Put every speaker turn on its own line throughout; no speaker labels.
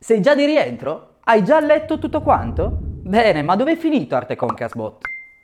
Sei già di rientro? Hai già letto tutto quanto? Bene, ma dove è finito Arte Concast Bot?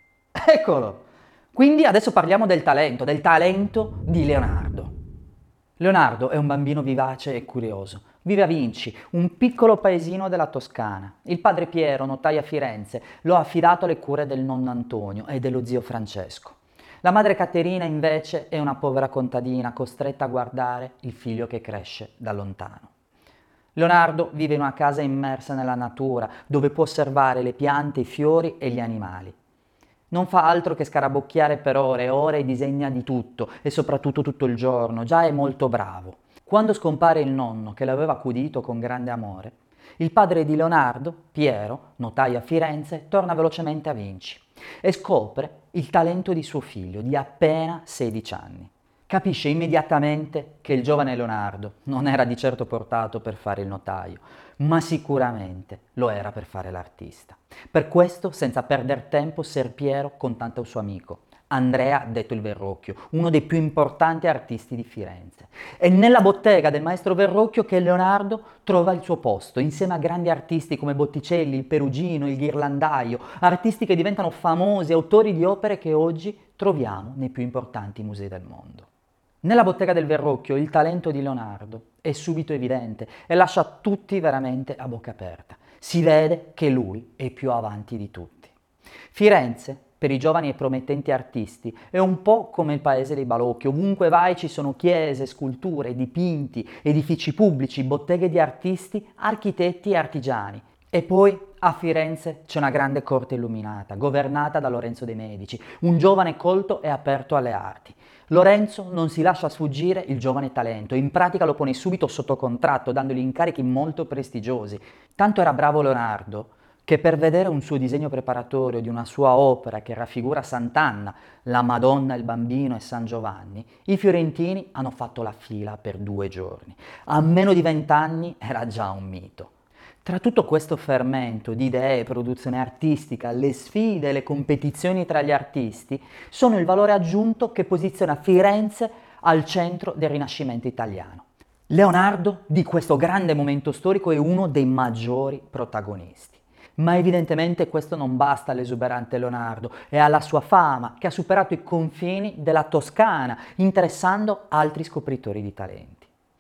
Eccolo! Quindi adesso parliamo del talento di Leonardo. Leonardo è un bambino vivace e curioso. Vive a Vinci, un piccolo paesino della Toscana. Il padre Piero, notaio a Firenze, lo ha affidato alle cure del nonno Antonio e dello zio Francesco. La madre Caterina invece è una povera contadina costretta a guardare il figlio che cresce da lontano. Leonardo vive in una casa immersa nella natura, dove può osservare le piante, i fiori e gli animali. Non fa altro che scarabocchiare per ore e ore e disegna di tutto, e soprattutto tutto il giorno, già è molto bravo. Quando scompare il nonno, che l'aveva accudito con grande amore, il padre di Leonardo, Piero, notaio a Firenze, torna velocemente a Vinci e scopre il talento di suo figlio, di appena 16 anni. Capisce immediatamente che il giovane Leonardo non era di certo portato per fare il notaio, ma sicuramente lo era per fare l'artista. Per questo, senza perdere tempo, Ser Piero contatta un suo amico, Andrea, detto il Verrocchio, uno dei più importanti artisti di Firenze. È nella bottega del maestro Verrocchio che Leonardo trova il suo posto, insieme a grandi artisti come Botticelli, il Perugino, il Ghirlandaio, artisti che diventano famosi, autori di opere che oggi troviamo nei più importanti musei del mondo. Nella bottega del Verrocchio il talento di Leonardo è subito evidente e lascia tutti veramente a bocca aperta. Si vede che lui è più avanti di tutti. Firenze, per i giovani e promettenti artisti, è un po' come il paese dei balocchi. Ovunque vai ci sono chiese, sculture, dipinti, edifici pubblici, botteghe di artisti, architetti e artigiani. E poi a Firenze c'è una grande corte illuminata, governata da Lorenzo de' Medici, un giovane colto e aperto alle arti. Lorenzo non si lascia sfuggire il giovane talento, in pratica lo pone subito sotto contratto, dandogli incarichi molto prestigiosi. Tanto era bravo Leonardo che per vedere un suo disegno preparatorio di una sua opera che raffigura Sant'Anna, la Madonna, il Bambino e San Giovanni, i fiorentini hanno fatto la fila per 2 giorni. A meno di 20 anni era già un mito. Tra tutto questo fermento di idee, produzione artistica, le sfide e le competizioni tra gli artisti sono il valore aggiunto che posiziona Firenze al centro del Rinascimento italiano. Leonardo di questo grande momento storico è uno dei maggiori protagonisti. Ma evidentemente questo non basta all'esuberante Leonardo e alla sua fama che ha superato i confini della Toscana, interessando altri scopritori di talenti.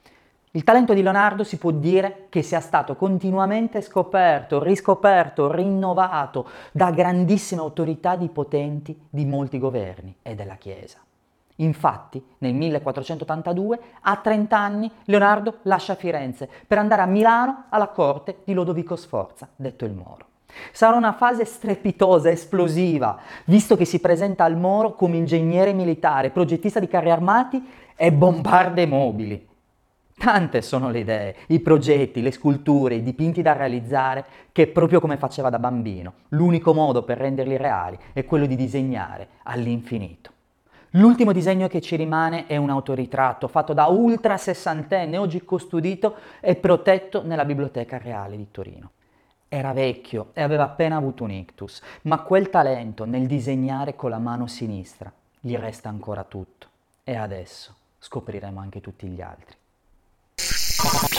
Il talento di Leonardo si può dire che sia stato continuamente scoperto, riscoperto, rinnovato da grandissime autorità di potenti di molti governi e della Chiesa. Infatti, nel 1482, a 30 anni, Leonardo lascia Firenze per andare a Milano alla corte di Lodovico Sforza, detto il Moro. Sarà una fase strepitosa, esplosiva, visto che si presenta al Moro come ingegnere militare, progettista di carri armati e bombarde mobili. Tante sono le idee, i progetti, le sculture, i dipinti da realizzare che, proprio come faceva da bambino, l'unico modo per renderli reali è quello di disegnare all'infinito. L'ultimo disegno che ci rimane è un autoritratto fatto da ultra sessantenne, oggi custodito e protetto nella Biblioteca Reale di Torino. Era vecchio e aveva appena avuto un ictus, ma quel talento nel disegnare con la mano sinistra gli resta ancora tutto. E adesso scopriremo anche tutti gli altri.